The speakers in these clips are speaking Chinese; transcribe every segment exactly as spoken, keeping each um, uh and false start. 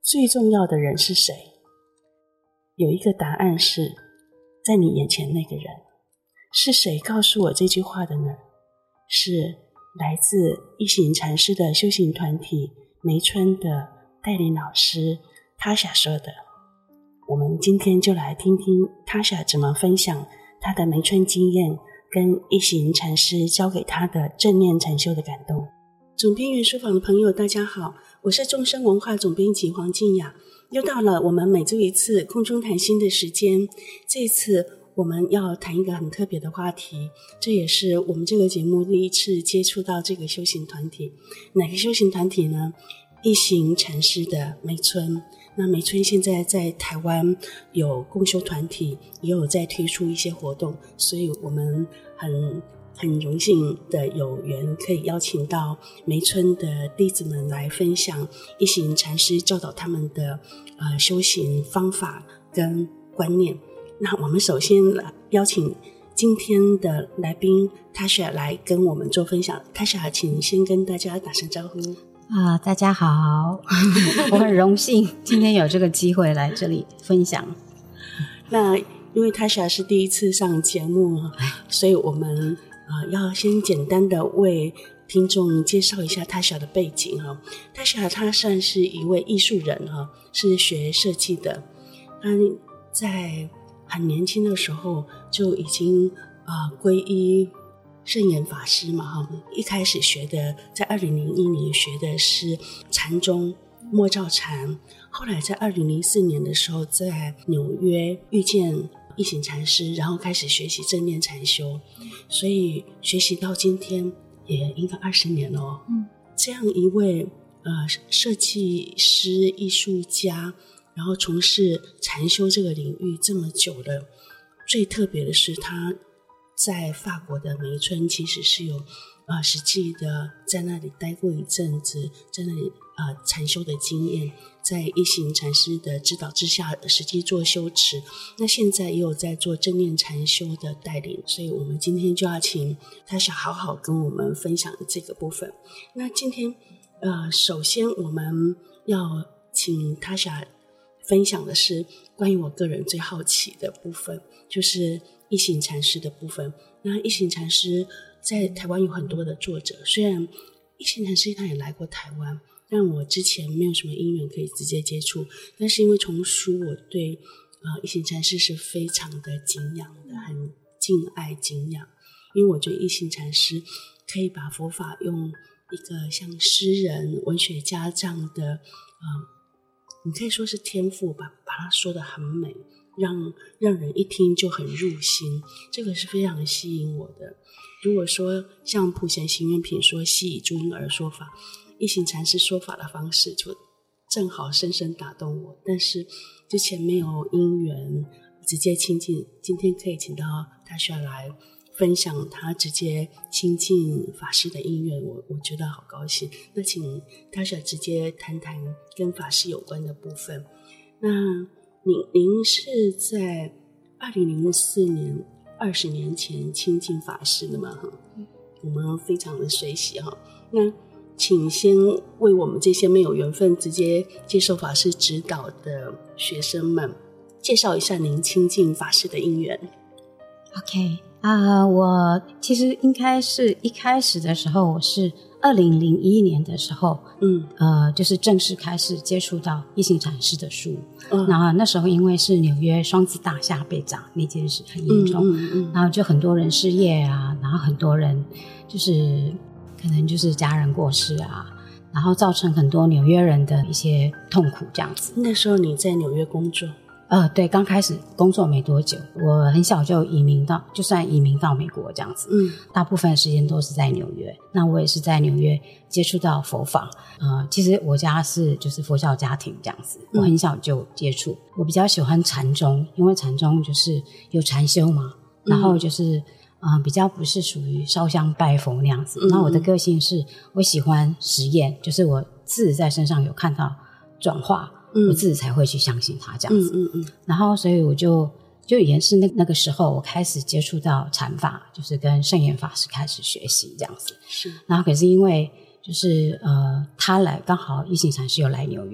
最重要的人是谁？有一个答案是在你眼前那个人。是谁告诉我这句话的呢？是来自一行禅师的修行团体梅村的带领老师塔夏说的。我们今天就来听听塔夏怎么分享他的梅村经验跟一行禅师教给他的正念禅修的感动。总编园书房的朋友大家好，我是众生文化总编辑黄静雅，又到了我们每周一次空中谈心的时间。这一次我们要谈一个很特别的话题，这也是我们这个节目第一次接触到这个修行团体。哪个修行团体呢？一行禅师的梅村。那梅村现在在台湾有共修团体，也有在推出一些活动，所以我们很很荣幸的有缘可以邀请到梅村的弟子们来分享一行禅师教导他们的呃修行方法跟观念。那我们首先来邀请今天的来宾 Tasha 来跟我们做分享。 Tasha 请先跟大家打声招呼。 啊，大家好我很荣幸今天有这个机会来这里分享。 那因为 Tasha 是第一次上节目，所以我们、呃、要先简单的为听众介绍一下 Tasha 的背景。 Tasha 她算是一位艺术人，是学设计的。她在很年轻的时候就已经呃皈依圣严法师嘛，一开始学的在二零零一年学的是禅宗默照禅，后来在二零零四年的时候在纽约遇见一行禅师，然后开始学习正念禅修，所以学习到今天也应该二十年了、哦嗯、这样一位呃设计师艺术家，然后从事禅修这个领域这么久了，最特别的是他在法国的梅村其实是有呃实际的在那里待过一阵子，在那里呃禅修的经验，在一行禅师的指导之下实际做修持，那现在也有在做正念禅修的带领，所以我们今天就要请他想好好跟我们分享这个部分。那今天呃首先我们要请他想分享的是关于我个人最好奇的部分，就是一行禅师的部分。那一行禅师在台湾有很多的作者，虽然一行禅师他也来过台湾，但我之前没有什么因缘可以直接接触，但是因为从书我对呃一行禅师是非常的敬仰的，很敬爱敬仰，因为我觉得一行禅师可以把佛法用一个像诗人文学家这样的呃你可以说是天赋吧，把它说得很美，让让人一听就很入心，这个是非常吸引我的。如果说像普贤行愿品说悉以诸因而说法，一行禅师说法的方式就正好深深打动我，但是之前没有因缘直接亲近，今天可以请到他需要来分享他直接亲近法师的因缘，我我觉得好高兴。那请他想直接谈谈跟法师有关的部分。那您您是在二零零四年二十年前亲近法师的吗？我们非常的随喜哈。那请先为我们这些没有缘分直接接受法师指导的学生们介绍一下您亲近法师的因缘。 OK 啊、呃，我其实应该是一开始的时候，我是二零零一年的时候，嗯，呃，就是正式开始接触到一行禅师的书。嗯，然后那时候因为是纽约双子大厦被炸那件事很严重，嗯嗯嗯，然后就很多人失业啊，然后很多人就是可能就是家人过世啊，然后造成很多纽约人的一些痛苦这样子。 那时候你在纽约工作？ 呃，对，刚开始工作没多久，我很小就移民到，就算移民到美国这样子，嗯，大部分的时间都是在纽约。那我也是在纽约接触到佛法，呃，其实我家是就是佛教家庭这样子，我很小就接触。嗯、我比较喜欢禅宗，因为禅宗就是有禅修嘛，然后就是呃比较不是属于烧香拜佛那样子。嗯、那我的个性是我喜欢实验，就是我自己在身上有看到转化。嗯、我自己才会去相信他这样子，嗯嗯嗯，然后所以我就就也是那那个时候我开始接触到禅法，就是跟圣严法师开始学习这样子。是，然后可是因为就是呃他来刚好一行禅师有来纽约，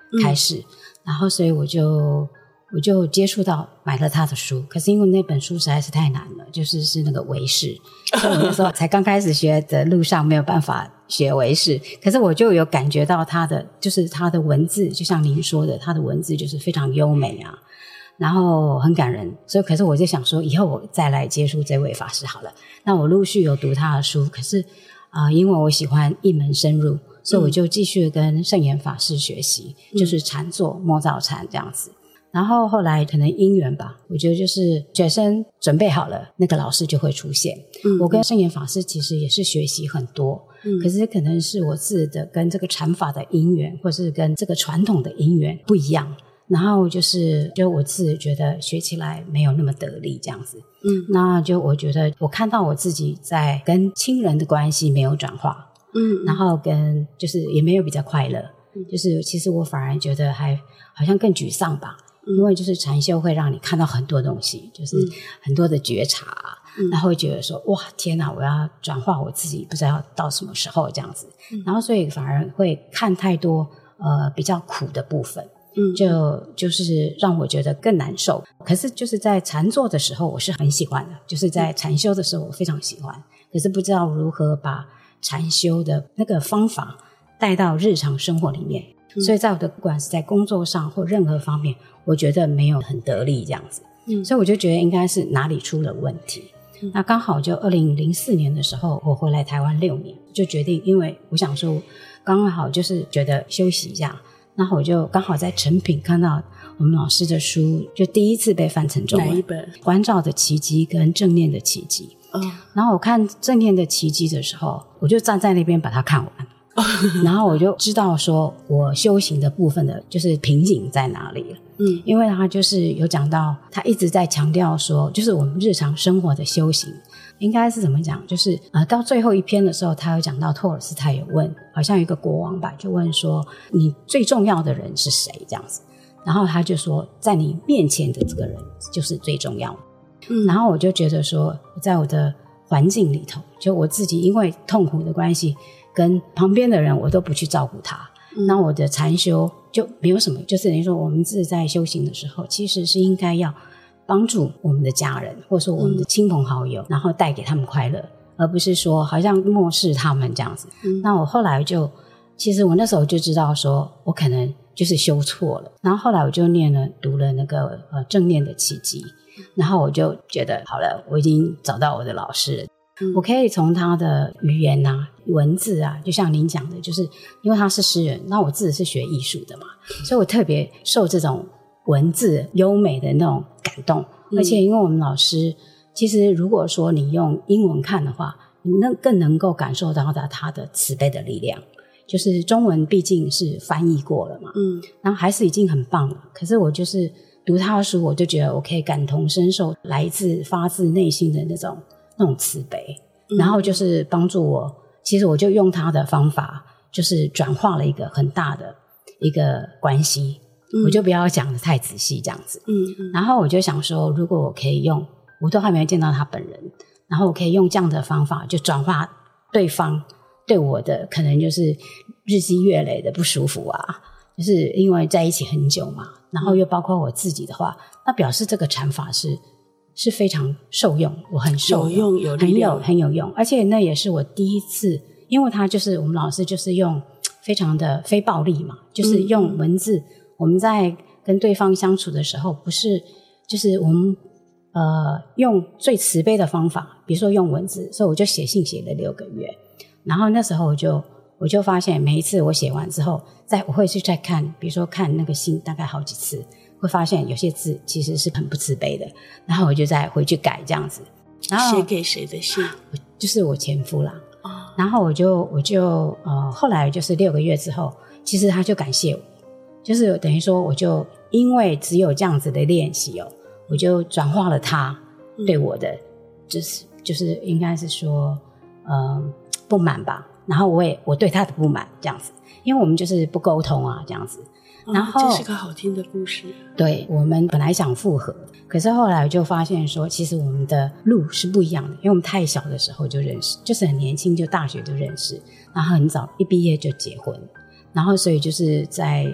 开始、嗯、然后所以我就我就接触到买了他的书，可是因为那本书实在是太难了，就是是那个唯识，所以我那时候才刚开始学的路上没有办法学唯识，可是我就有感觉到他的就是他的文字，就像您说的，他的文字就是非常优美啊，然后很感人，所以可是我就想说以后我再来接触这位法师好了。那我陆续有读他的书，可是啊、呃，因为我喜欢一门深入，所以我就继续跟圣严法师学习、嗯、就是禅坐摸造禅这样子。然后后来可能因缘吧，我觉得就是学生准备好了，那个老师就会出现。嗯，我跟圣严法师其实也是学习很多，嗯，可是可能是我自己的跟这个禅法的因缘，或是跟这个传统的因缘不一样。然后就是就我自己觉得学起来没有那么得力这样子。嗯，那就我觉得我看到我自己在跟亲人的关系没有转化，嗯，然后跟就是也没有比较快乐，嗯，就是其实我反而觉得还好像更沮丧吧。因为就是禅修会让你看到很多东西，就是很多的觉察、嗯、然后会觉得说哇天哪，我要转化我自己不知道到什么时候这样子、嗯、然后所以反而会看太多呃比较苦的部分，嗯，就就是让我觉得更难受。可是就是在禅坐的时候我是很喜欢的，就是在禅修的时候我非常喜欢，可是不知道如何把禅修的那个方法带到日常生活里面，所以在我的不管是在工作上或任何方面我觉得没有很得力这样子、嗯、所以我就觉得应该是哪里出了问题、嗯、那刚好就二零零四年的时候我回来台湾六年，就决定因为我想说刚好就是觉得休息一下，然后我就刚好在诚品看到我们老师的书，就第一次被翻成中文， 哪一本？ 观照的奇迹跟正念的奇迹、哦、然后我看正念的奇迹的时候我就站在那边把它看完然后我就知道说我修行的部分的就是瓶颈在哪里了。嗯，因为他就是有讲到他一直在强调说就是我们日常生活的修行应该是怎么讲，就是呃，到最后一篇的时候他有讲到托尔斯泰有问，好像有一个国王吧，就问说你最重要的人是谁这样子，然后他就说在你面前的这个人就是最重要的。嗯，然后我就觉得说在我的环境里头，就我自己因为痛苦的关系跟旁边的人我都不去照顾他、嗯、那我的禅修就没有什么，就是等于说我们自己在修行的时候其实是应该要帮助我们的家人或者说我们的亲朋好友、嗯、然后带给他们快乐，而不是说好像漠视他们这样子、嗯、那我后来就其实我那时候就知道说我可能就是修错了，然后后来我就念了读了那个呃正念的奇迹，然后我就觉得好了，我已经找到我的老师了，我可以从他的语言啊文字啊，就像您讲的，就是因为他是诗人，那我自己是学艺术的嘛，所以我特别受这种文字优美的那种感动、嗯、而且因为我们老师其实如果说你用英文看的话，你能更能够感受到他的慈悲的力量，就是中文毕竟是翻译过了嘛，嗯，然后还是已经很棒了，可是我就是读他的书我就觉得我可以感同身受来自发自内心的那种那种慈悲，然后就是帮助我，其实我就用他的方法就是转化了一个很大的一个关系、嗯、我就不要讲得太仔细这样子。嗯嗯，然后我就想说如果我可以用，我都还没有见到他本人，然后我可以用这样的方法就转化对方对我的可能就是日积月累的不舒服啊，就是因为在一起很久嘛，然后又包括我自己的话，那表示这个禅法是是非常受用，我很受用， 有力量， 很有很有用，而且那也是我第一次，因为他就是我们老师就是用非常的非暴力嘛，就是用文字、嗯、我们在跟对方相处的时候不是就是我们呃用最慈悲的方法，比如说用文字，所以我就写信写了六个月，然后那时候我就我就发现每一次我写完之后再我会去再看，比如说看那个信大概好几次，会发现有些字其实是很不慈悲的，然后我就再回去改这样子。然后写给谁的信？ 就是我前夫啦、哦、然后我就我就呃后来就是六个月之后，其实他就感谢我，就是等于说我就因为只有这样子的练习哦，我就转化了他对我的、嗯、就是就是应该是说呃不满吧，然后我也我对他的不满这样子，因为我们就是不沟通啊这样子。然后、 哦、这是个好听的故事。 对，我们本来想复合，可是后来我就发现说其实我们的路是不一样的，因为我们太小的时候就认识，就是很年轻就大学就认识，然后很早一毕业就结婚，然后所以就是在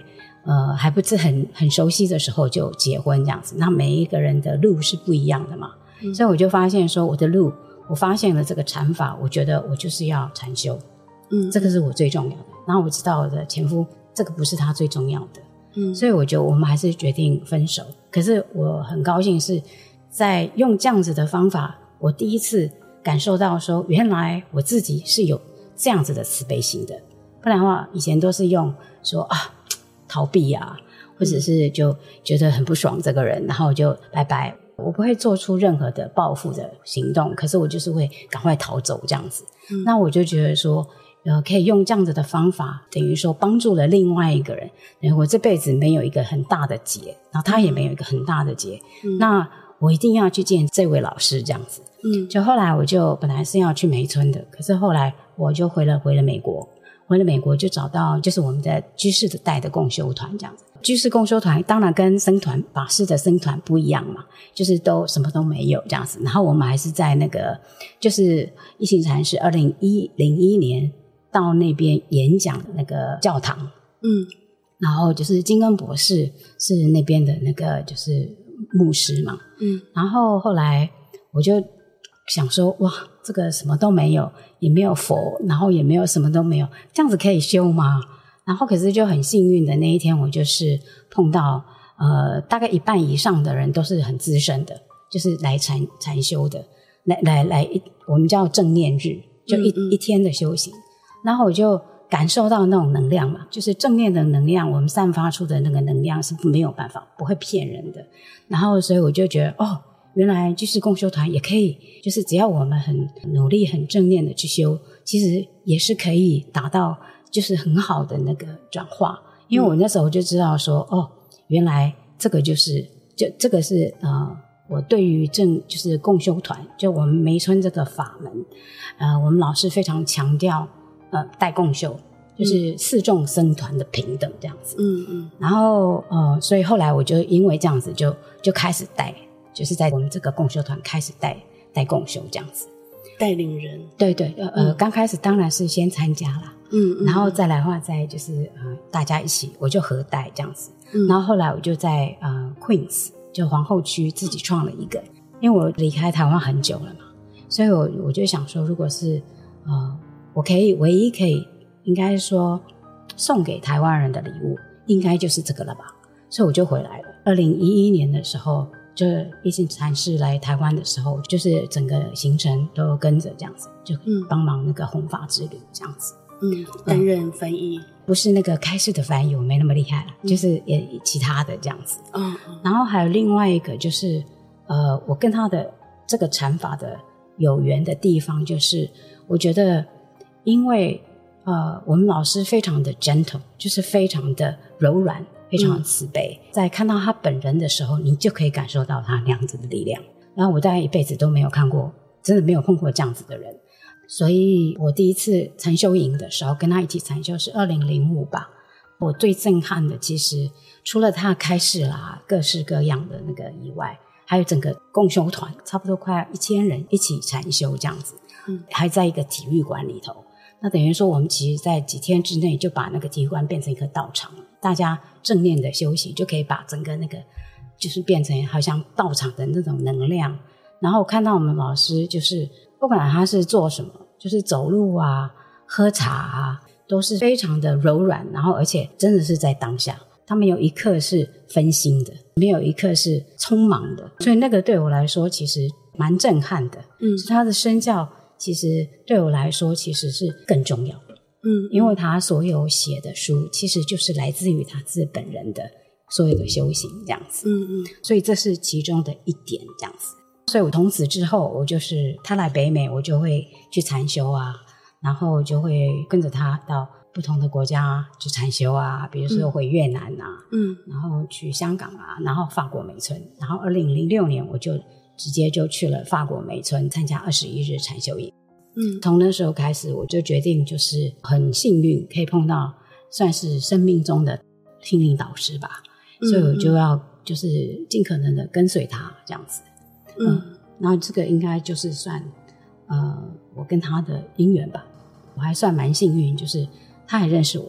呃还不是很很熟悉的时候就结婚这样子。那每一个人的路是不一样的嘛，嗯、所以我就发现说我的路，我发现了这个禅法，我觉得我就是要禅修，嗯，这个是我最重要的。然后我知道我的前夫这个不是他最重要的，嗯，所以我就我们还是决定分手。可是我很高兴是在用这样子的方法，我第一次感受到说原来我自己是有这样子的慈悲心的，不然的话以前都是用说啊逃避啊，或者是就觉得很不爽这个人，然后就拜拜，我不会做出任何的报复的行动，可是我就是会赶快逃走这样子、嗯、那我就觉得说呃，可以用这样子的方法，等于说帮助了另外一个人，等于我这辈子没有一个很大的结，然后他也没有一个很大的结、嗯、那我一定要去见这位老师这样子。嗯，就后来我就本来是要去梅村的，可是后来我就回了回了美国，回了美国就找到就是我们的居士的带的共修团这样子。居士共修团当然跟僧团法师的僧团不一样嘛，就是都什么都没有这样子。然后我们还是在那个就是一行禅师二零一零一年到那边演讲的那个教堂，嗯，然后就是金根博士是那边的那个就是牧师嘛，嗯，然后后来我就想说哇这个什么都没有，也没有佛，然后也没有什么都没有，这样子可以修吗？然后可是就很幸运的那一天我就是碰到呃大概一半以上的人都是很资深的，就是来禅禅修的，来来来我们叫正念日，就一、嗯嗯、一天的修行。然后我就感受到那种能量嘛，就是正念的能量，我们散发出的那个能量是没有办法不会骗人的。然后所以我就觉得哦原来居士共修团也可以，就是只要我们很努力很正念的去修，其实也是可以达到就是很好的那个转化。因为我那时候就知道说、嗯、哦原来这个就是就这个是呃我对于正就是共修团就我们梅村这个法门呃我们老师非常强调呃带共修就是四众僧团的平等这样子。嗯嗯。然后呃所以后来我就因为这样子就就开始带，就是在我们这个共修团开始带带共修这样子。 带领人。对对呃、嗯、呃刚开始当然是先参加啦。嗯, 嗯然后再来的话再就是呃大家一起我就合带这样子。嗯。然后后来我就在呃 Queens 就皇后区自己创了一个，因为我离开台湾很久了嘛，所以我我就想说如果是呃我可以唯一可以应该说送给台湾人的礼物应该就是这个了吧，所以我就回来了。二零一一年的时候就一行禅师来台湾的时候，就是整个行程都跟着这样子，就帮忙那个弘法之旅这样子。 嗯，担任翻译、嗯、 不是那个开示的翻译我没那么厉害了、嗯、就是也其他的这样子。嗯嗯。然后还有另外一个就是呃我跟他的这个禅法的有缘的地方，就是我觉得因为呃我们老师非常的 gentle 就是非常的柔软非常的慈悲、嗯、在看到他本人的时候你就可以感受到他那样子的力量。然后我大概一辈子都没有看过，真的没有碰过这样子的人，所以我第一次禅修营的时候跟他一起禅修是二零零五吧。我最震撼的其实除了他开示啦各式各样的那个以外，还有整个共修团差不多快一千人一起禅修这样子、嗯、还在一个体育馆里头。那等于说我们其实在几天之内就把那个体育馆变成一个道场，大家正念的休息就可以把整个那个就是变成好像道场的那种能量。然后看到我们老师就是不管他是做什么，就是走路啊喝茶啊都是非常的柔软，然后而且真的是在当下，他没有一刻是分心的，没有一刻是匆忙的，所以那个对我来说其实蛮震撼的。嗯，是他的身教其实对我来说其实是更重要的。嗯，因为他所有写的书其实就是来自于他自己本人的所有的修行这样子。嗯嗯，所以这是其中的一点这样子。所以我从此之后我就是他来北美我就会去禅修啊，然后就会跟着他到不同的国家去禅修啊，比如说回越南啊，嗯，然后去香港啊，然后法国梅村。然后二零零六年我就直接就去了法国梅村参加二十一日禅修营。嗯，从那时候开始我就决定就是很幸运可以碰到算是生命中的心灵导师吧、嗯、所以我就要就是尽可能的跟随他这样子。嗯，嗯然后这个应该就是算呃我跟他的姻缘吧。我还算蛮幸运，就是他还认识我啊，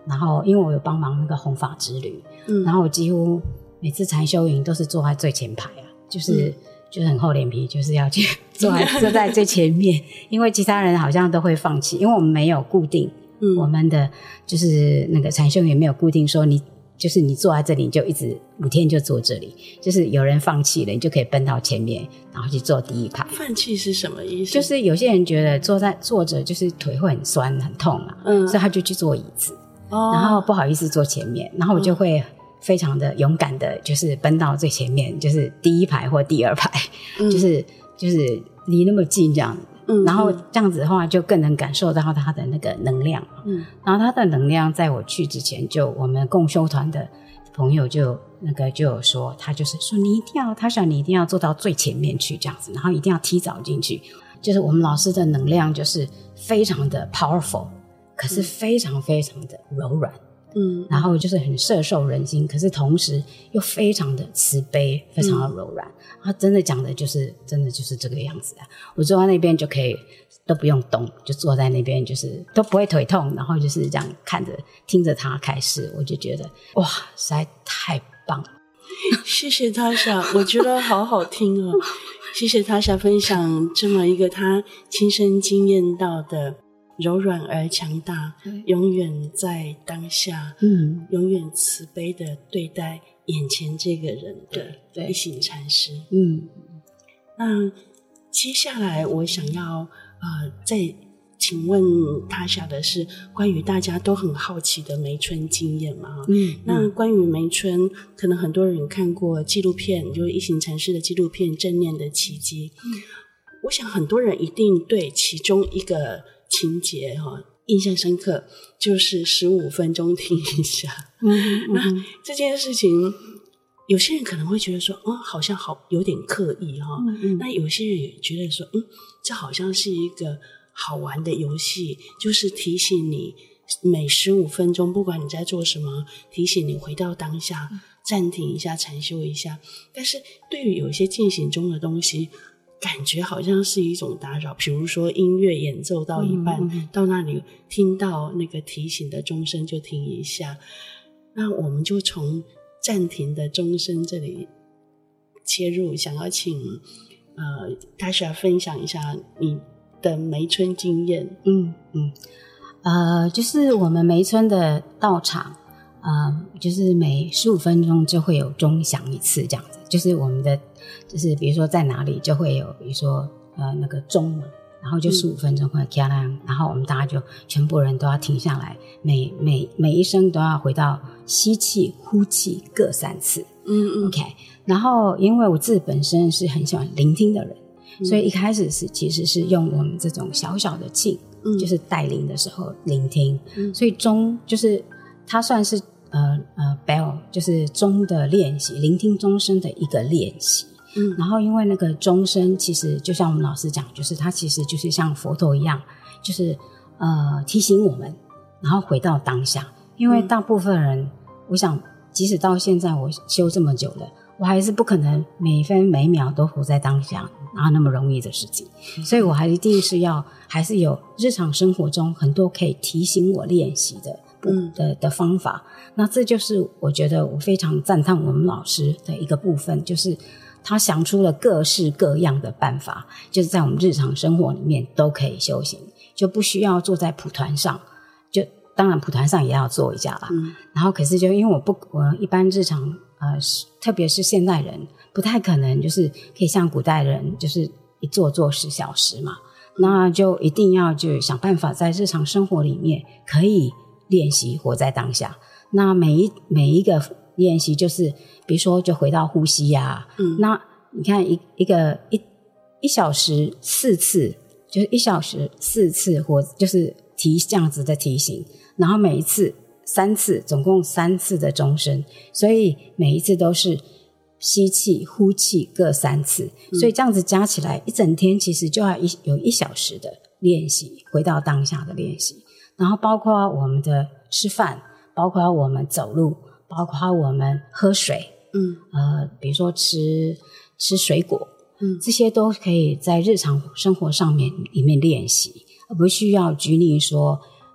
然后因为我有帮忙那个弘法之旅， 嗯， 然后我几乎每次禅修营都是坐在最前排啊，就是、嗯、就是很厚脸皮，就是要去坐在坐在最前面，因为其他人好像都会放弃，因为我们没有固定，嗯，我们的就是那个禅修营没有固定说你就是你坐在这里你就一直五天就坐这里，就是有人放弃了你就可以奔到前面然后去坐第一排。 放弃是什么意思？ 就是有些人觉得坐在坐着就是腿会很酸很痛啊，嗯，所以他就去坐椅子，哦，然后不好意思坐前面，然后我就会非常的勇敢的就是奔到最前面，就是第一排或第二排，嗯，就是就是离那么近这样，嗯，然后这样子的话就更能感受到他的那个能量，嗯，然后他的能量在我去之前就我们共修团的朋友就那个就有说，他就是说你一定要他想你一定要坐到最前面去这样子，然后一定要提早进去，就是我们老师的能量就是非常的 powerful， 可是非常非常的柔软，嗯，然后就是很摄受人心，可是同时又非常的慈悲，非常的柔软，嗯，他真的讲的就是真的就是这个样子啊！我坐在那边就可以都不用动，就坐在那边就是都不会腿痛，然后就是这样看着听着他开示，我就觉得哇实在太棒了。 谢谢Tasha，我觉得好好听哦。谢谢Tasha分享这么一个他亲身经验到的柔软而强大，永远在当下，嗯，永远慈悲的对待眼前这个人的一行禅师。嗯，那接下来我想要呃再请问Tasha的是关于大家都很好奇的梅村经验嘛？嗯，那关于梅村，可能很多人看过纪录片，就是一行禅师的纪录片《正念的奇迹》。嗯，我想很多人一定对其中一个情节哈、哦、印象深刻，就是十五分钟听一下。嗯，嗯，那这件事情，有些人可能会觉得说，哦，好像好有点刻意哈、哦。嗯嗯，那有些人也觉得说，嗯，这好像是一个好玩的游戏，就是提醒你每十五分钟，不管你在做什么，提醒你回到当下，暂停一下，禅修一下。但是对于有一些进行中的东西，感觉好像是一种打扰，比如说音乐演奏到一半，嗯嗯，到那里听到那个提醒的钟声就停一下，那我们就从暂停的钟声这里切入，想要请呃Tasha分享一下你的梅村经验。嗯嗯，呃，就是我们梅村的道场，呃，就是每十五分钟就会有钟响一次，这样子。就是我们的，就是比如说在哪里就会有，比如说呃那个钟嘛，然后就十五分钟会咔啦，嗯，然后我们大家就全部人都要停下来，每每每一声都要回到吸气、呼气各三次。嗯嗯 ，OK。然后因为我自己本身是很喜欢聆听的人。所以一开始是其实是用我们这种小小的磬，嗯，就是带领的时候聆听，嗯，所以钟就是它算是呃呃 bell 就是钟的练习，聆听钟声的一个练习，嗯，然后因为那个钟声其实就像我们老师讲，就是它其实就是像佛陀一样，就是呃提醒我们，然后回到当下，因为大部分人，嗯，我想即使到现在我修这么久了，我还是不可能每分每秒都活在当下，哪有那么容易的事情，嗯，所以我还一定是要还是有日常生活中很多可以提醒我练习的嗯的的方法。那这就是我觉得我非常赞叹我们老师的一个部分，就是他想出了各式各样的办法，就是在我们日常生活里面都可以修行，就不需要坐在蒲团上，就当然蒲团上也要坐一下啦，嗯，然后可是就因为我不我一般日常呃特别是现代人不太可能就是可以像古代人就是一坐坐十小时嘛，那就一定要就想办法在日常生活里面可以练习活在当下。那每一每一个练习就是比如说就回到呼吸啊，嗯，那你看一一个一一小时四次，就是一小时四次或就是提这样子的提醒，然后每一次三次，总共三次的钟声，所以每一次都是吸气呼气各三次，嗯，所以这样子加起来一整天其实就要一有一小时的练习，回到当下的练习，然后包括我们的吃饭，包括我们走路，包括我们喝水，嗯，呃，比如说吃吃水果，嗯，这些都可以在日常生活上面里面练习，而不需要拘泥说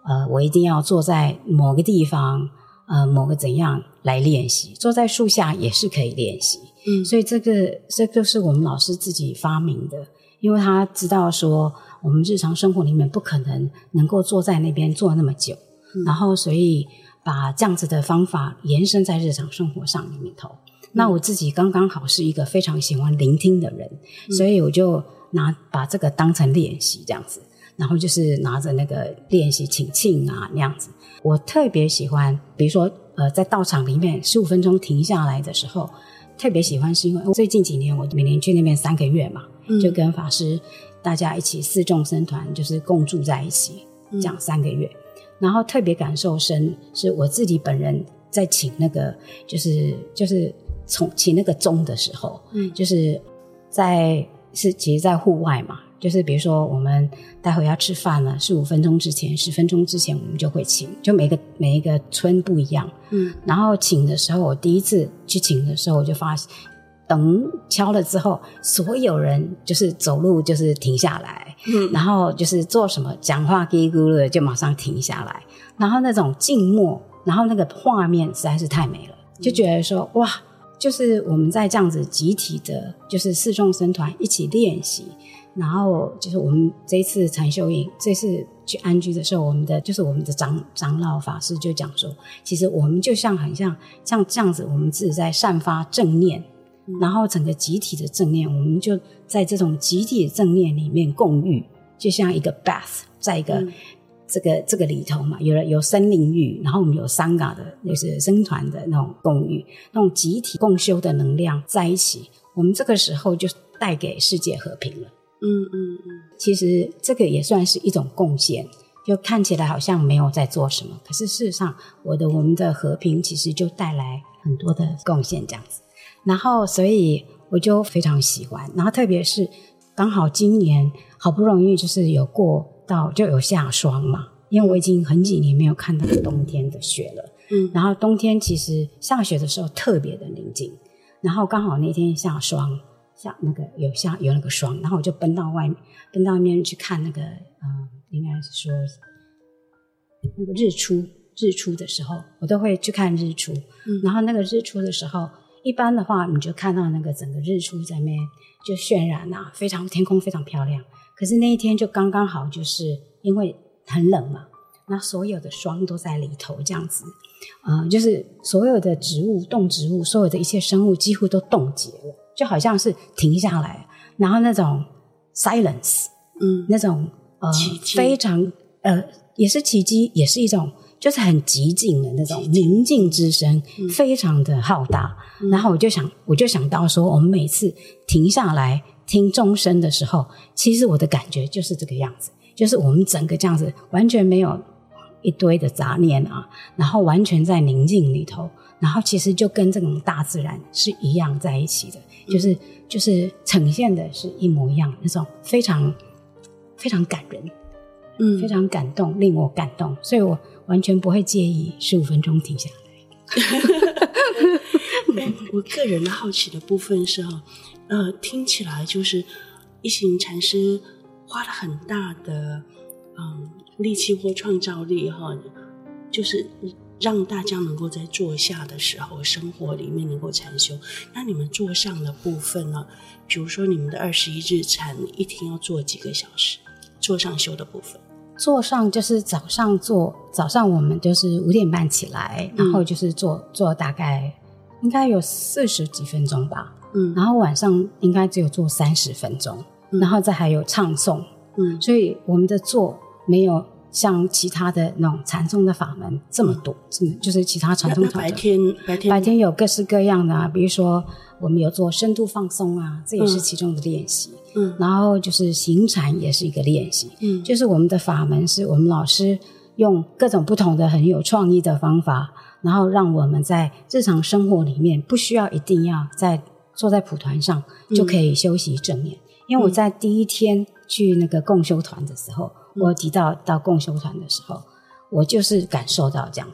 呃，我一定要坐在某个地方，呃，某个怎样来练习，坐在树下也是可以练习。嗯，所以这个这个是我们老师自己发明的，因为他知道说我们日常生活里面不可能能够坐在那边坐那么久，嗯，然后所以把这样子的方法延伸在日常生活上里面头。嗯，那我自己刚刚好是一个非常喜欢聆听的人，嗯，所以我就拿把这个当成练习这样子，然后就是拿着那个练习请磬啊那样子。我特别喜欢比如说呃，在道场里面十五分钟停下来的时候，特别喜欢是因为最近几年我每年去那边三个月嘛，嗯，就跟法师大家一起四众僧团就是共住在一起，这样三个月，嗯，然后特别感受深是我自己本人在请那个就是就是从请那个钟的时候，嗯，就是在是其实在户外嘛，就是比如说我们待会要吃饭了，十五分钟之前十分钟之前我们就会请，就每个每一个村不一样，嗯，然后请的时候我第一次去请的时候我就发现等敲了之后所有人就是走路就是停下来，嗯，然后就是做什么讲话叽里咕噜的就马上停下来，然后那种静默，然后那个画面实在是太美了，就觉得说哇，就是我们在这样子集体的就是四众僧团一起练习，然后就是我们这一次禅修营这次去安居的时候，我们的就是我们的长长老法师就讲说，其实我们就像很像像这样子，我们自己在散发正念，嗯，然后整个集体的正念，我们就在这种集体的正念里面共浴，就像一个 bath 在一个，嗯，这个这个里头嘛，有有森林浴，然后我们有桑嘎的就是僧团的那种共浴，那种集体共修的能量在一起，我们这个时候就带给世界和平了。嗯嗯嗯，其实这个也算是一种贡献，就看起来好像没有在做什么，可是事实上我的我们的和平其实就带来很多的贡献这样子，然后所以我就非常喜欢，然后特别是刚好今年好不容易就是有过到就有下霜嘛，因为我已经很几年没有看到冬天的雪了，嗯，然后冬天其实下雪的时候特别的宁静，然后刚好那天下霜，下那个有下有那个霜，然后我就奔到外面奔到外面去看那个呃，应该是说那个日出日出的时候，我都会去看日出，嗯，然后那个日出的时候，一般的话你就看到那个整个日出在那边就渲染啊，非常天空非常漂亮，可是那一天就刚刚好，就是因为很冷嘛，那所有的霜都在里头这样子，呃，就是所有的植物动植物所有的一切生物几乎都冻结了，就好像是停下来，然后那种 silence， 嗯，那种呃非常呃也是奇迹，也是一种就是很寂静的那种宁静之声，嗯，非常的浩大，嗯，然后我就想我就想到说，我们每次停下来听钟声的时候，其实我的感觉就是这个样子，就是我们整个这样子完全没有一堆的杂念啊，然后完全在宁静里头，然后其实就跟这种大自然是一样在一起的，就是就是呈现的是一模一样，那种非常非常感人，嗯，非常感动，令我感动，所以我完全不会介意十五分钟停下来。 我个人的好奇的部分是呃，听起来就是一行禅师花了很大的嗯力气或创造力哈，就是让大家能够在坐下的时候生活里面能够禅修。那你们坐上的部分呢，比如说你们的二十一日禅一天要坐几个小时？坐上修的部分， 坐上就是早上坐，早上我们就是五点半起来，然后就是坐坐大概应该有四十几分钟吧，嗯，然后晚上应该只有坐三十分钟，嗯，然后再还有唱诵，嗯，所以我们的坐没有像其他的那种禅宗的法门这么多，嗯，就是其他传统法白天白天白天有各式各样的啊，比如说我们有做深度放松啊，这也是其中的练习，嗯，然后就是行禅也是一个练习，嗯，就是我们的法门是我们老师用各种不同的很有创意的方法，然后让我们在日常生活里面不需要一定要在坐在蒲团上就可以修习正念，嗯，因为我在第一天去那个共修团的时候，嗯，我提到到共修团的时候，我就是感受到这样子，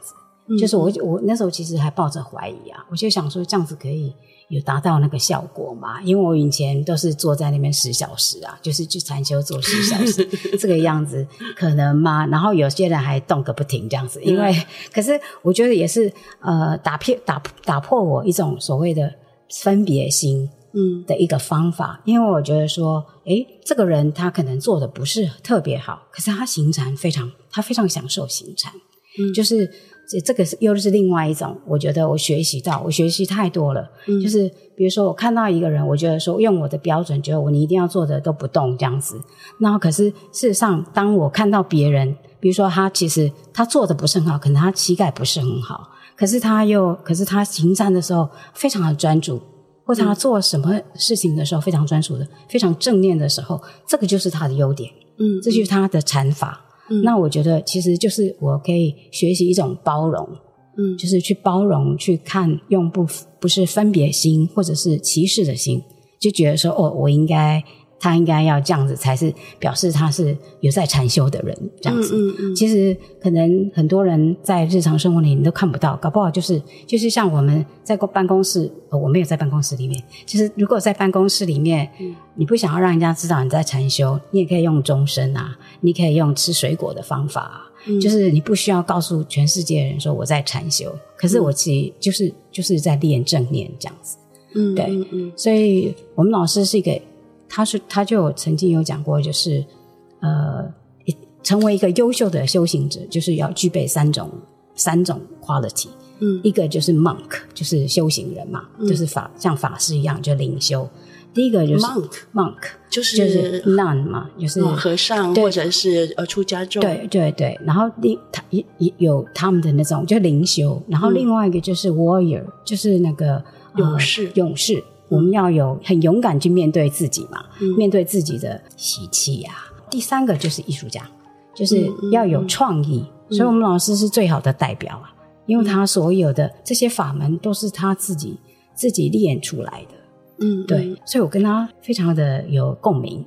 嗯、就是我我那时候其实还抱着怀疑啊，我就想说这样子可以有达到那个效果嘛？因为我以前都是坐在那边十小时啊，就是去禅修做十小时这个样子可能吗？然后有些人还动个不停这样子，因为、嗯、可是我觉得也是呃打破打打破我一种所谓的分别心嗯的一个方法，因为我觉得说诶这个人他可能做的不是特别好，可是他行禅非常他非常享受行禅、嗯、就是这个是又是另外一种我觉得我学习到我学习太多了、嗯、就是比如说我看到一个人，我觉得说用我的标准觉得我你一定要做的都不动这样子，然后可是事实上当我看到别人比如说他其实他做的不是很好，可能他膝盖不是很好，可是他又可是他行禅的时候非常的专注，或者他做什么事情的时候非常专注的非常正念的时候，这个就是他的优点，嗯，这就是他的禅法。嗯、那我觉得其实就是我可以学习一种包容，嗯，就是去包容去看，用不不是分别心或者是歧视的心，就觉得说哦我应该他应该要这样子才是表示他是有在禅修的人这样子、嗯嗯嗯、其实可能很多人在日常生活里你都看不到，搞不好就是就是像我们在办公室、哦、我没有在办公室里面，就是如果在办公室里面、嗯、你不想要让人家知道你在禅修，你也可以用钟声啊，你可以用吃水果的方法啊、嗯、就是你不需要告诉全世界的人说我在禅修，可是我其实就是就是在练正念这样子，嗯，对，嗯嗯，所以我们老师是一个他是他就有曾经有讲过，就是呃，成为一个优秀的修行者，就是要具备三种三种 quality。嗯，一个就是 monk， 就是修行人嘛，嗯、就是法像法师一样就灵修。第一个就是 monk monk 就是就是 nun 嘛，就是和尚或者是呃出家众。 对对对，然后另他也有他们的那种就灵修，然后另外一个就是 warrior，、嗯、就是那个、呃、 勇士勇士。我们要有很勇敢去面对自己嘛、嗯、面对自己的习气啊。第三个就是艺术家，就是要有创意、嗯嗯、所以我们老师是最好的代表啊，因为他所有的这些法门都是他自己自己练出来的，嗯，对，嗯、所以我跟他非常的有共鸣。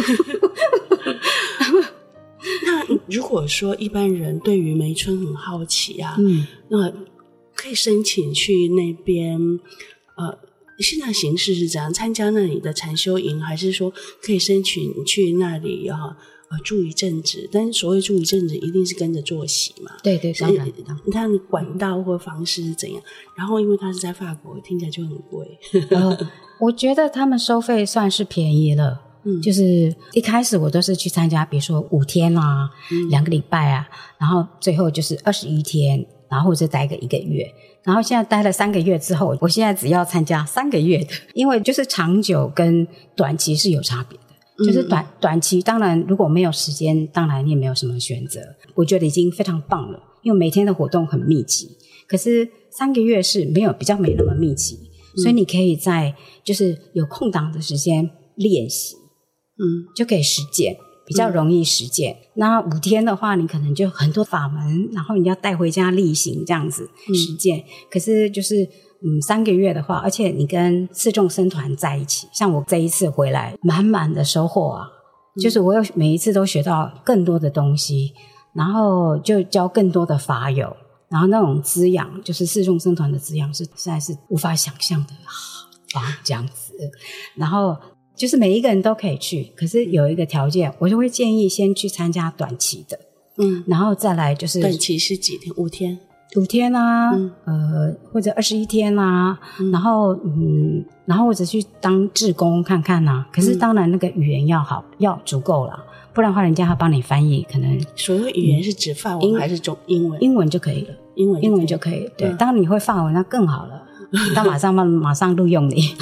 那如果说一般人对于梅村很好奇啊，嗯，那可以申请去那边呃现在形式是怎样？参加那里的禅修营，还是说可以申请去那里啊？呃，住一阵子？但是所谓住一阵子，一定是跟着作息嘛？ 对对，当然。 它的管道或方式是怎样？然后，因为它是在法国，听起来就很贵。 呃，我觉得他们收费算是便宜了。嗯，就是一开始我都是去参加，比如说五天啊，嗯、两个礼拜啊，然后最后就是二十一天，然后或者待个一个月。然后现在待了三个月之后，我现在只要参加三个月的，因为就是长久跟短期是有差别的。嗯、就是短短期，当然如果没有时间，当然你也没有什么选择。我觉得已经非常棒了，因为每天的活动很密集。可是三个月是没有比较没那么密集，嗯、所以你可以在就是有空档的时间练习，嗯，就可以实践。比较容易实践、嗯、那五天的话你可能就很多法门，然后你要带回家例行这样子实践、嗯、可是就是嗯三个月的话，而且你跟四众僧团在一起，像我这一次回来满满的收获啊、嗯、就是我有每一次都学到更多的东西，然后就教更多的法友，然后那种滋养就是四众僧团的滋养是实在是无法想象的啊，这样子。然后就是每一个人都可以去，可是有一个条件，我就会建议先去参加短期的，嗯，然后再来就是短期是几天？五天， 五天啊，嗯、呃，或者二十一天啊，嗯、然后嗯，然后或者去当志工看看啊。可是当然那个语言要好，嗯、要足够啦，不然的话人家要帮你翻译，可能所有语言是指法文还是中英文？ 英文就可以了， 英文英文就可以了。对，嗯、当然你会法文那更好了，他马上马上录用你。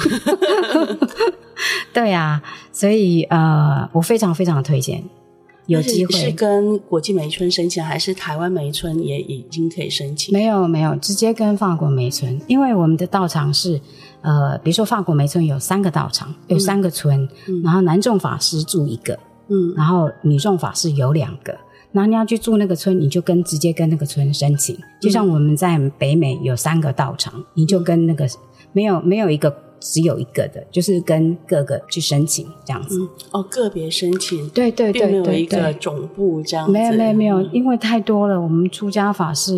对啊，所以呃，我非常非常推荐，有机会是跟国际梅村申请，还是台湾梅村也已经可以申请？ 没有没有，直接跟法国梅村，因为我们的道场是呃，比如说法国梅村有三个道场，有三个村，嗯、然后男众法师住一个，嗯，然后女众法师有两个。然后你要去住那个村，你就跟直接跟那个村申请，就像我们在北美有三个道场，你就跟那个没有没有一个只有一个的，就是跟各个去申请这样子。嗯、 哦，个别申请， 对对对对， 并没有一个总部这样子。 没有没有没有，因为太多了，我们出家法师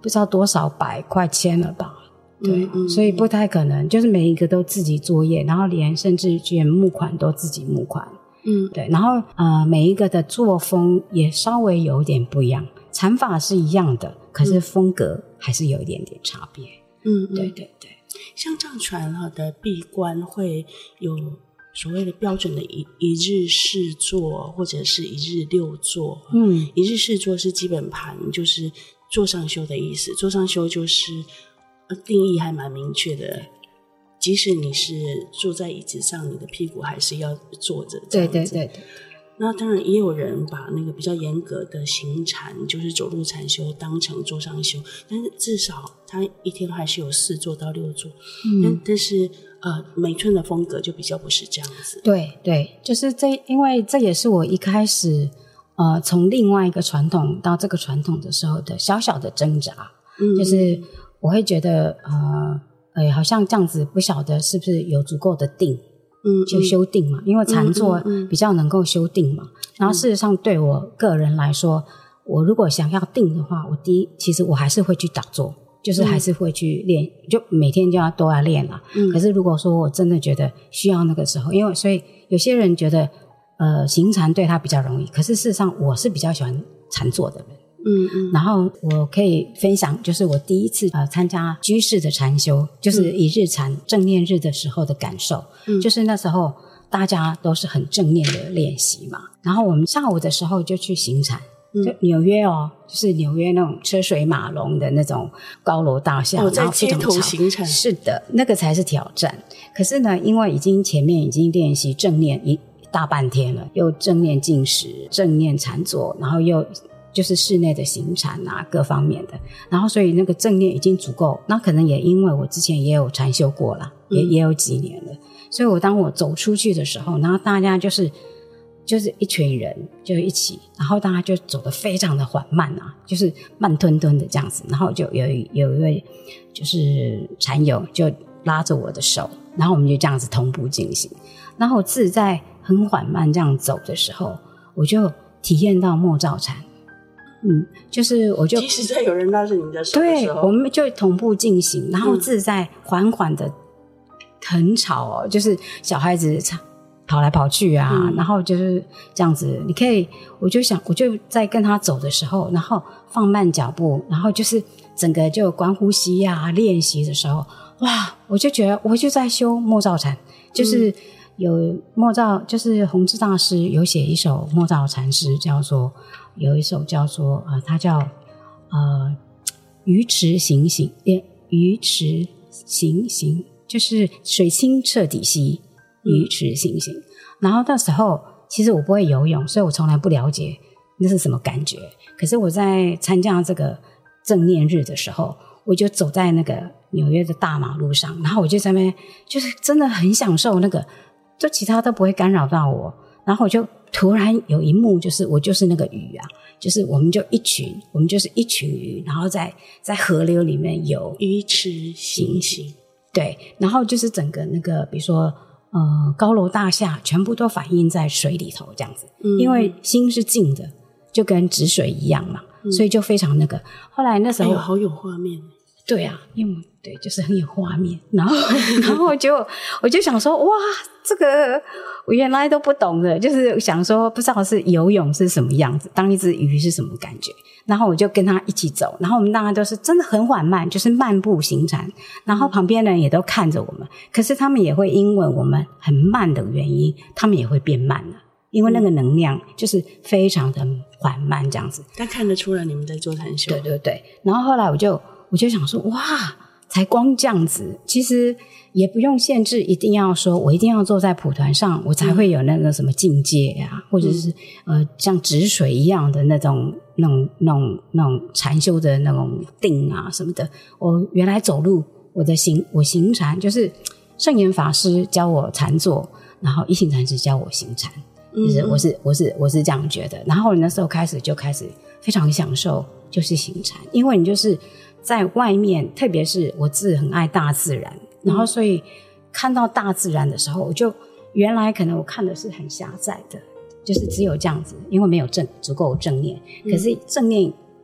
不知道多少百快千了吧。对、嗯嗯，所以不太可能就是每一个都自己作业，然后连甚至连募款都自己募款。嗯，对，然后呃每一个的作风也稍微有点不一样，产法是一样的，可是风格还是有一点点差别。嗯，对对对。 像藏传的闭关会有所谓的标准的一一日四座或者是一日六座。嗯，一日四座是基本盘，就是座上修的意思。座上修就是定义还蛮明确的，即使你是坐在椅子上，你的屁股还是要坐着这样子。对对对对。那当然也有人把那个比较严格的行禅，就是走路禅修当成座上修，但是至少他一天还是有四座到六座。嗯，但但是呃，美村的风格就比较不是这样子。 对对，就是这，因为这也是我一开始呃从另外一个传统到这个传统的时候的小小的挣扎。嗯，就是我会觉得呃呃，好像这样子不晓得是不是有足够的定。嗯，就修定嘛，因为禅坐比较能够修定嘛。嗯嗯嗯、然后事实上对我个人来说，我如果想要定的话，我第一其实我还是会去打坐，就是还是会去练，嗯、就每天就要都要练啦。嗯、可是如果说我真的觉得需要那个时候，因为所以有些人觉得呃行禅对他比较容易，可是事实上我是比较喜欢禅坐的人。嗯嗯，然后我可以分享，就是我第一次呃参加居士的禅修，就是一日禅、嗯、正念日的时候的感受。嗯，就是那时候大家都是很正念的练习嘛，然后我们下午的时候就去行禅，嗯、就纽约哦，就是纽约那种车水马龙的那种高楼大厦， 哦，在街头行禅， 是的，那个才是挑战。可是呢，因为已经前面已经练习正念一大半天了，又正念进食、正念禅坐，然后又就是室内的行禅啊，各方面的，然后所以那个正念已经足够。那可能也因为我之前也有禅修过啦，嗯、也也有几年了，所以我当我走出去的时候，然后大家就是就是一群人就一起，然后大家就走得非常的缓慢啊，就是慢吞吞的这样子，然后就有有一位就是禅友就拉着我的手，然后我们就这样子同步进行，然后我自己在很缓慢这样走的时候，我就体验到默照禅。嗯，就是我就即使在有人拉着你的手的时候， 对，我们就同步进行，然后自在缓缓的，很吵哦，就是小孩子跑来跑去啊，嗯、然后就是这样子。你可以，我就想，我就在跟他走的时候，然后放慢脚步，然后就是整个就观呼吸啊，练习的时候，哇，我就觉得我就在修默照禅，就是有默照，就是弘志大师有写一首默照禅诗，叫做。有一首叫做呃，它叫呃鱼池行行，鱼池行行，就是水清彻底溪，鱼池行行。嗯、然后那时候其实我不会游泳，所以我从来不了解那是什么感觉。可是我在参加这个正念日的时候，我就走在那个纽约的大马路上，然后我就在那边就是真的很享受那个，就其他都不会干扰到我，然后我就。突然有一幕，就是我就是那个鱼啊，就是我们就一群，我们就是一群鱼，然后在在河流里面游， 鱼池行行， 对，然后就是整个那个，比如说呃高楼大厦，全部都反映在水里头这样子，嗯、因为心是静的，就跟止水一样嘛，嗯、所以就非常那个。后来那时候， 哎呦，好有画面。 对啊，因为对，就是很有画面，然后然后就我就想说，哇，这个我原来都不懂的，就是想说不知道是游泳是什么样子，当一只鱼是什么感觉，然后我就跟他一起走，然后我们大家都是真的很缓慢，就是漫步行禅，然后旁边的人也都看着我们，可是他们也会因为我们很慢的原因，他们也会变慢了，因为那个能量就是非常的缓慢这样子， 但看得出来你们在做禅修。 对对对，然后后来我就我就想说，哇，才光这样子，其实也不用限制，一定要说我一定要坐在蒲团上，我才会有那个什么境界啊，嗯、或者是呃像止水一样的那种那种那种那种禅修的那种定啊什么的。我原来走路，我的行我行禅就是圣严法师教我禅坐，然后一行禅师教我行禅，就是我是我是我是这样觉得。然后那时候开始就开始非常享受，就是行禅，因为你就是在外面，特别是我自己很爱大自然，然后所以看到大自然的时候，我就原来可能我看的是很狭窄的，就是只有这样子，因为没有正足够正念。可是正念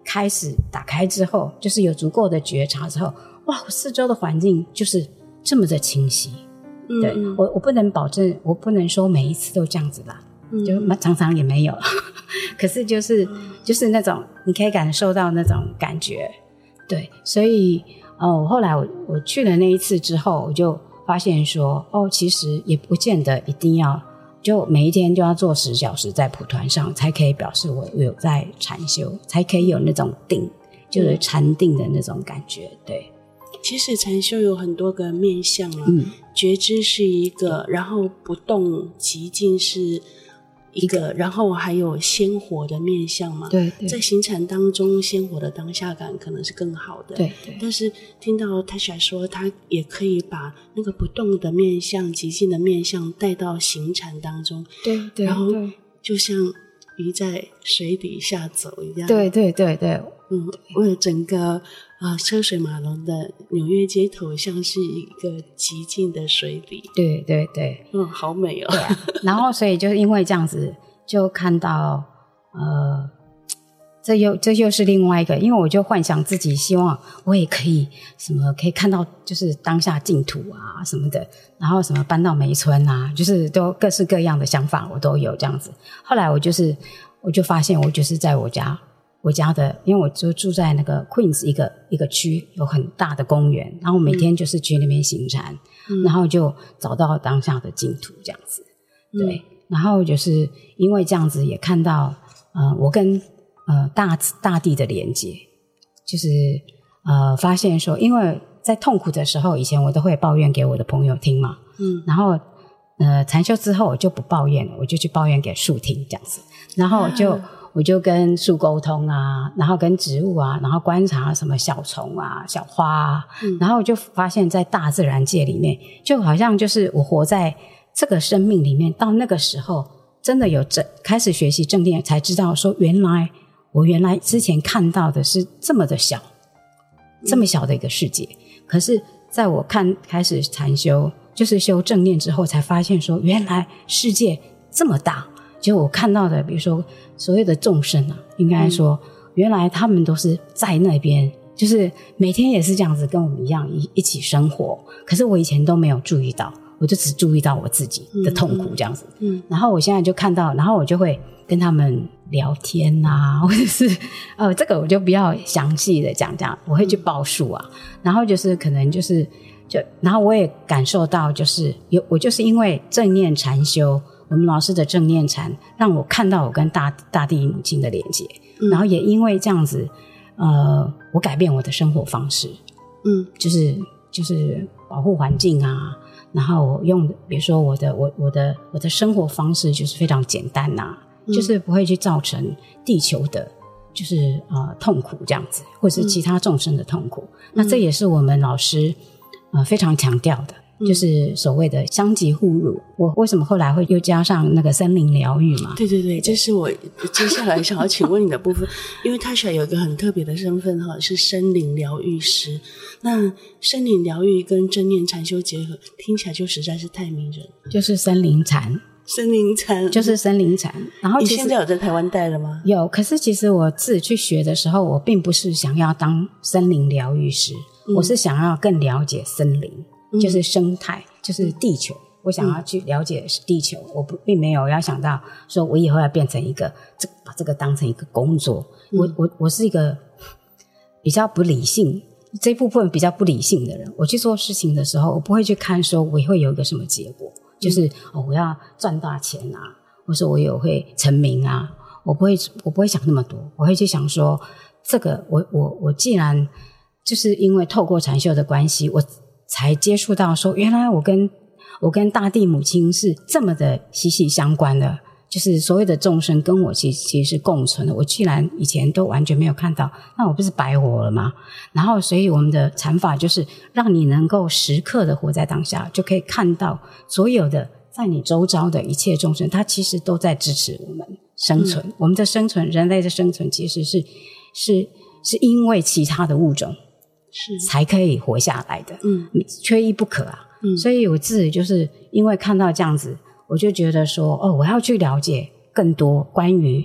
开始打开之后，就是有足够的觉察之后，哇，我四周的环境就是这么的清晰。嗯、对，我我不能保证，我不能说每一次都这样子啦，嗯、就常常也没有。可是就是就是那种你可以感受到那种感觉。对，所以哦，后来我我去了那一次之后，我就发现说，哦，其实也不见得一定要就每一天就要做十小时在蒲团上，才可以表示我有在禅修，才可以有那种定，就是禅定的那种感觉。对， 其实禅修有很多个面向啊，嗯、觉知是一个，然后不动极静是一个，然后还有鲜活的面向嘛。 对对， 在行禅当中，鲜活的当下感可能是更好的。 对对。 但是听到Tasha说，他也可以把那个不动的面向、极静的面向带到行禅当中。 对对。 然后就像鱼在水底下走一样。 对对对对。 嗯，为了整个啊、呃、车水马龙的纽约街头，像是一个极静的水底。 对对对， 嗯，好美哦。 对啊，然后所以就是因为这样子，就看到呃，这又这又是另外一个，因为我就幻想自己希望我也可以什么可以看到，就是当下净土啊什么的，然后什么搬到梅村啊，就是都各式各样的想法我都有这样子。后来我就是我就发现我就是在我家。我家的，因为我就住在那个 Queens 一个一个区，有很大的公园，然后每天就是去那边行禅、嗯、然后就找到当下的净土这样子。对、嗯、然后就是因为这样子也看到呃我跟呃大大地的连接，就是呃发现说，因为在痛苦的时候，以前我都会抱怨给我的朋友听嘛，嗯，然后呃禅修之后我就不抱怨了，我就去抱怨给树听这样子，然后就、啊我就跟树沟通啊，然后跟植物啊，然后观察什么小虫啊、小花啊、嗯、然后我就发现在大自然界里面，就好像就是我活在这个生命里面，到那个时候真的有正开始学习正念，才知道说原来我原来之前看到的是这么的小，这么小的一个世界、嗯、可是在我看开始禅修，就是修正念之后，才发现说原来世界这么大，就我看到的比如说所有的众生啊，应该说、嗯、原来他们都是在那边，就是每天也是这样子跟我们一样 一, 一起生活，可是我以前都没有注意到，我就只注意到我自己的痛苦这样子。嗯，嗯然后我现在就看到，然后我就会跟他们聊天啊，或者是呃，这个我就比较详细的讲讲，我会去报数啊、嗯、然后就是可能就是就然后我也感受到，就是有我就是因为正念禅修，我们老师的正念禅让我看到我跟大大地母亲的连接、嗯、然后也因为这样子呃，我改变我的生活方式，嗯，就是就是保护环境啊，然后我用比如说我的我我的我的生活方式就是非常简单啊、嗯、就是不会去造成地球的就是呃痛苦这样子，或者是其他众生的痛苦、嗯、那这也是我们老师呃非常强调的，就是所谓的相即互入。我为什么后来会又加上那个森林疗愈嘛？ 对对对，这是我接下来想要请问你的部分。因为Tasha有一个很特别的身份哈，是森林疗愈师。那森林疗愈跟正念禅修结合，听起来就实在是太迷人。 就是森林禅， 森林禅就是森林禅。然后你现在有在台湾带了吗？ 有，可是其实我自己去学的时候，我并不是想要当森林疗愈师、嗯、我是想要更了解森林。就是生态、嗯、就是地球，我想要去了解地球、嗯、我不并没有要想到说我以后要变成一个这把这个当成一个工作、嗯、我我我是一个比较不理性，这部分比较不理性的人，我去做事情的时候，我不会去看说我会有一个什么结果，就是、嗯哦、我要赚大钱啊，或者我也会成名啊，我不会我不会想那么多，我会去想说这个我我我既然就是因为透过禅修的关系，我才接触到说原来我跟我跟大地母亲是这么的息息相关的，就是所有的众生跟我其实其实是共存的，我既然以前都完全没有看到，那我不是白活了吗？然后所以我们的禅法就是让你能够时刻的活在当下，就可以看到所有的在你周遭的一切众生，它其实都在支持我们生存、嗯、我们的生存，人类的生存其实是是是因为其他的物种是才可以活下来的，嗯，缺一不可啊，嗯，所以我自己就是因为看到这样子，我就觉得说，哦，我要去了解更多关于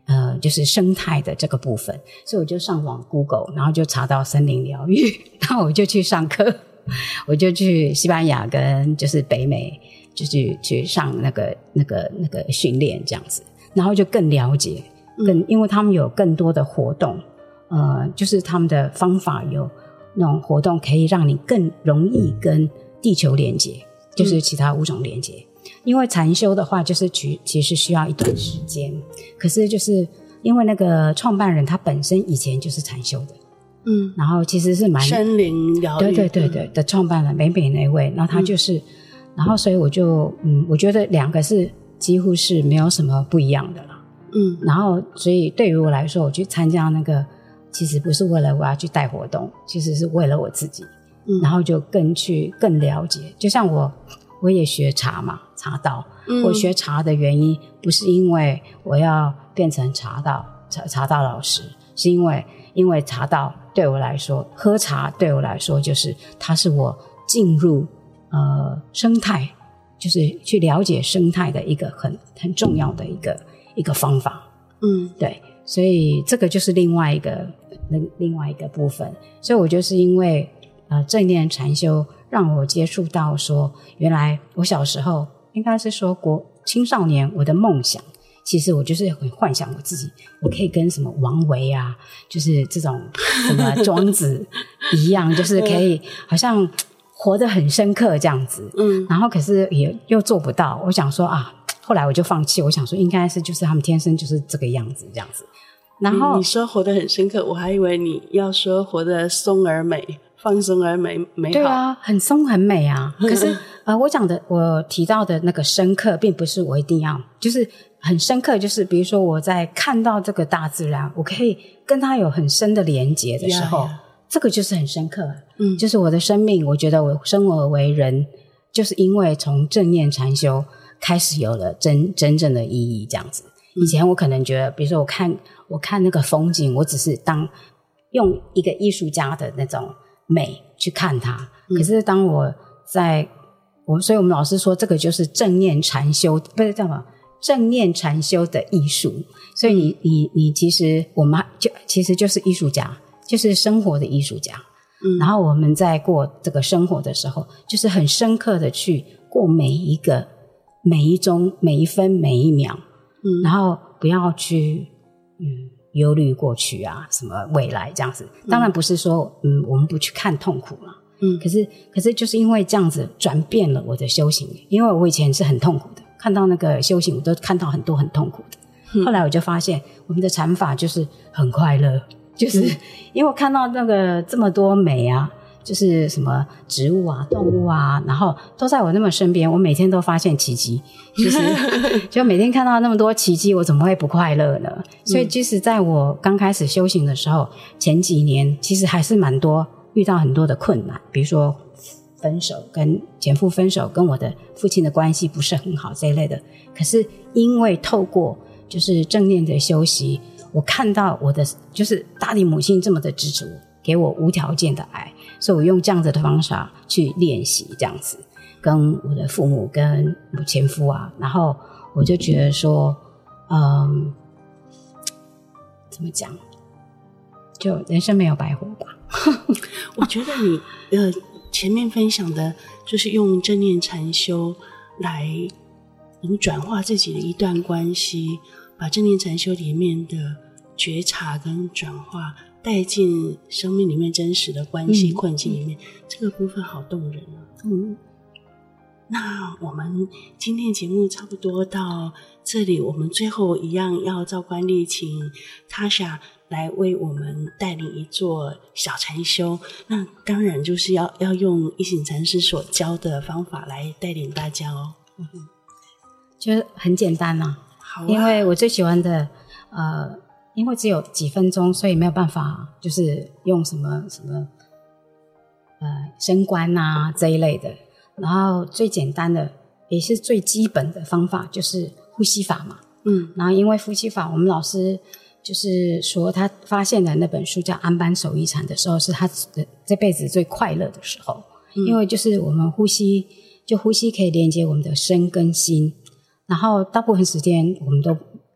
呃，就是生态的这个部分，所以我就上网 Google， 然后就查到森林疗愈，然后我就去上课，我就去西班牙跟就是北美，就是去上那个那个那个训练这样子，然后就更了解，更、嗯、因为他们有更多的活动，呃，就是他们的方法有那种活动可以让你更容易跟地球连接，就是其他物种连接。嗯，因为禅修的话就是其实需要一段时间，可是就是因为那个创办人他本身以前就是禅修的，嗯，然后其实是蛮森林疗愈， 对对对对的创办人北美那位，然后他就是、嗯、然后所以我就嗯，我觉得两个是几乎是没有什么不一样的啦，嗯，然后所以对于我来说，我去参加那个其实不是为了我要去带活动，其实是为了我自己，嗯，然后就更去更了解，就像我我也学茶嘛，茶道、嗯、我学茶的原因不是因为我要变成茶道 茶, 茶道老师，是因为因为茶道对我来说，喝茶对我来说就是它是我进入呃生态，就是去了解生态的一个很很重要的一个一个方法，嗯，对，所以这个就是另外一个另外一个部分，所以我就是因为呃正念禅修让我接触到说，原来我小时候应该是说国青少年，我的梦想其实我就是很幻想我自己我可以跟什么王维啊，就是这种什么庄子一样，就是可以好像活得很深刻这样子，嗯，然后可是也又做不到，我想说啊，后来我就放弃，我想说应该是就是他们天生就是这个样子这样子。然后、 嗯、你说活得很深刻，我还以为你要说活得松而美，放松而美美好。 对啊，很松很美啊。可是呃，我讲的我提到的那个深刻，并不是我一定要就是很深刻，就是比如说我在看到这个大自然，我可以跟它有很深的连结的时候， yeah, yeah. 这个就是很深刻。嗯，就是我的生命，我觉得我生而为人，就是因为从正念禅修开始有了真真正的意义这样子。以前我可能觉得，比如说我看我看那个风景，我只是当用一个艺术家的那种美去看它，嗯、可是当我在我所以我们老师说这个就是正念禅修，不是叫什么正念禅修的艺术，所以你你你其实我们就其实就是艺术家，就是生活的艺术家。嗯，然后我们在过这个生活的时候，就是很深刻的去过每一个每一钟每一分每一秒。嗯，然后不要去嗯忧虑过去啊什么未来这样子，当然不是说嗯我们不去看痛苦了，嗯，可是可是就是因为这样子转变了我的修行，因为我以前是很痛苦的，看到那个修行我都看到很多很痛苦的，嗯，后来我就发现我们的禅法就是很快乐，就是因为我看到那个这么多美啊，就是什么植物啊动物啊，然后都在我那么身边，我每天都发现奇迹，就是就每天看到那么多奇迹，我怎么会不快乐呢？所以即使在我刚开始修行的时候，前几年其实还是蛮多遇到很多的困难，比如说分手，跟前夫分手，跟我的父亲的关系不是很好这一类的，可是因为透过就是正念的修习，我看到我的就是大地母亲这么的支持我，给我无条件的爱，所以我用这样子的方法去练习，这样子跟我的父母跟我前夫啊，然后我就觉得说嗯，怎么讲，就人生没有白活吧。 我觉得你呃前面分享的就是用正念禅修来能转化自己的一段关系，把正念禅修里面的觉察跟转化带进生命里面真实的关系困境里面，嗯，这个部分好动人啊。嗯，那我们今天节目差不多到这里，我们最后一样要照惯例请 Tasha 来为我们带领一座小禅修，那当然就是要要用一行禅师所教的方法来带领大家哦。嗯， 就是很简单啊，好啊，因为我最喜欢的呃因为只有几分钟，所以没有办法就是用什么什么呃升观啊这一类的，然后最简单的也是最基本的方法就是呼吸法嘛。嗯，然后因为呼吸法我们老师就是说他发现的那本书叫安般守一禅的时候，是他这辈子最快乐的时候，嗯，因为就是我们呼吸就呼吸可以连接我们的身跟心，然后大部分时间我们都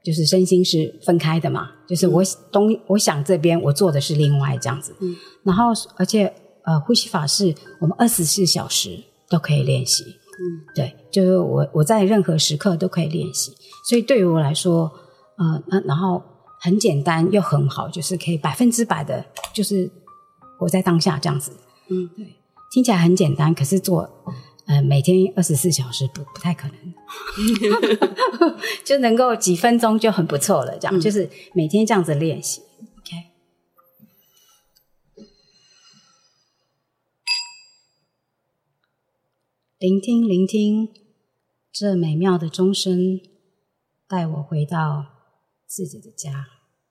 就是身心是分开的嘛，就是我东我想这边，我做的是另外这样子。嗯，然后而且呃，呼吸法是我们二十四小时都可以练习。嗯，对，就是我我在任何时刻都可以练习，所以对于我来说，呃，那然后很简单又很好，就是可以百分之百的，就是活在当下这样子。嗯，对，听起来很简单，可是做呃每天二十四小时不不太可能，就能够几分钟就很不错了，这样、嗯、就是每天这样子练习。OK， 聆听聆听这美妙的钟声，带我回到自己的家。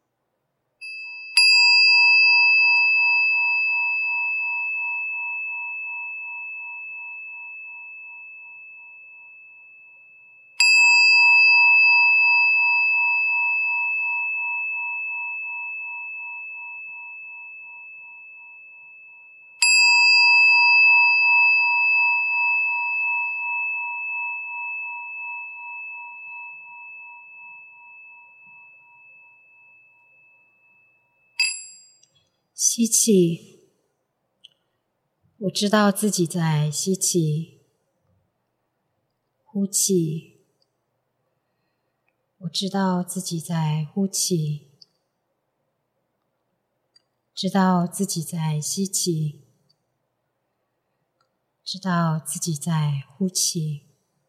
吸气，我知道自己在吸气；呼气，我知道自己在呼气；知道自己在吸气，知道自己在呼气。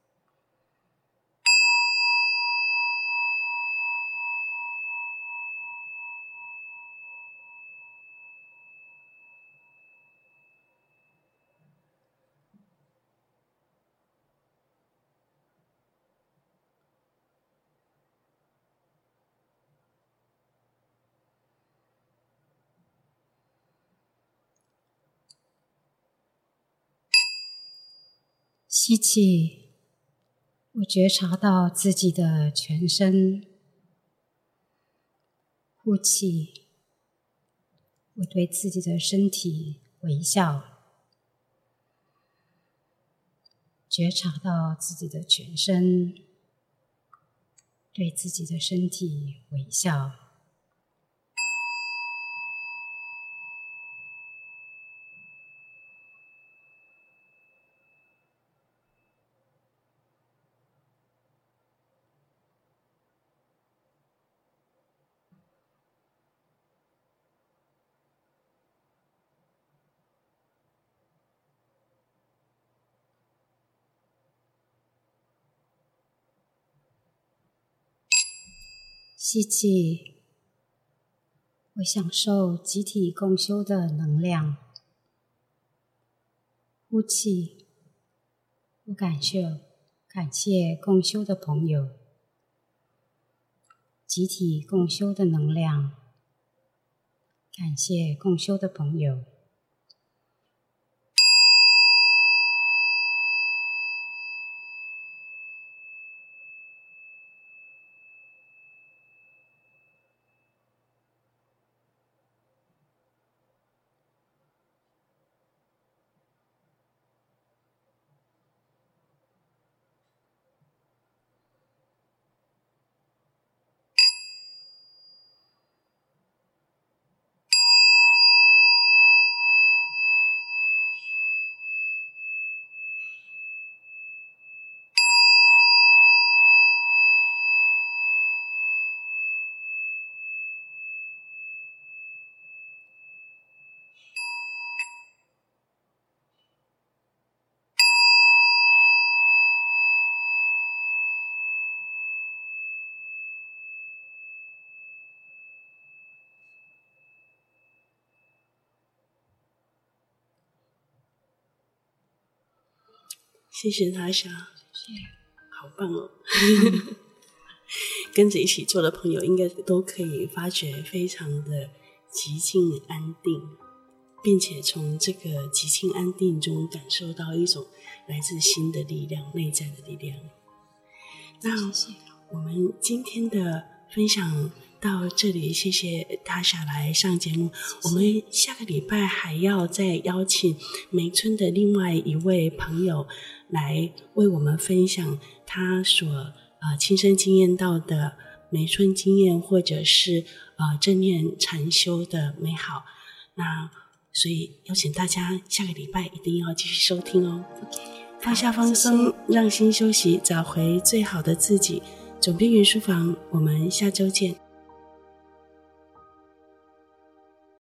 吸气，我觉察到自己的全身；呼气，我对自己的身体微笑，觉察到自己的全身，对自己的身体微笑。吸气，我享受集体共修的能量；呼气，我感谢感谢共修的朋友，集体共修的能量，感谢共修的朋友。 谢谢他莎， 谢谢， 好棒哦！跟着一起做的朋友应该都可以发觉非常的极静安定，并且从这个极静安定中感受到一种来自心的力量，内在的力量。那我们今天的分享到这里，谢谢他莎来上节目。我们下个礼拜还要再邀请梅村的另外一位朋友来为我们分享他所呃亲身经验到的梅村经验或者是呃正念禅修的美好。那所以邀请大家下个礼拜一定要继续收听哦。放下放松，让心休息，找回最好的自己。总编云书房，我们下周见。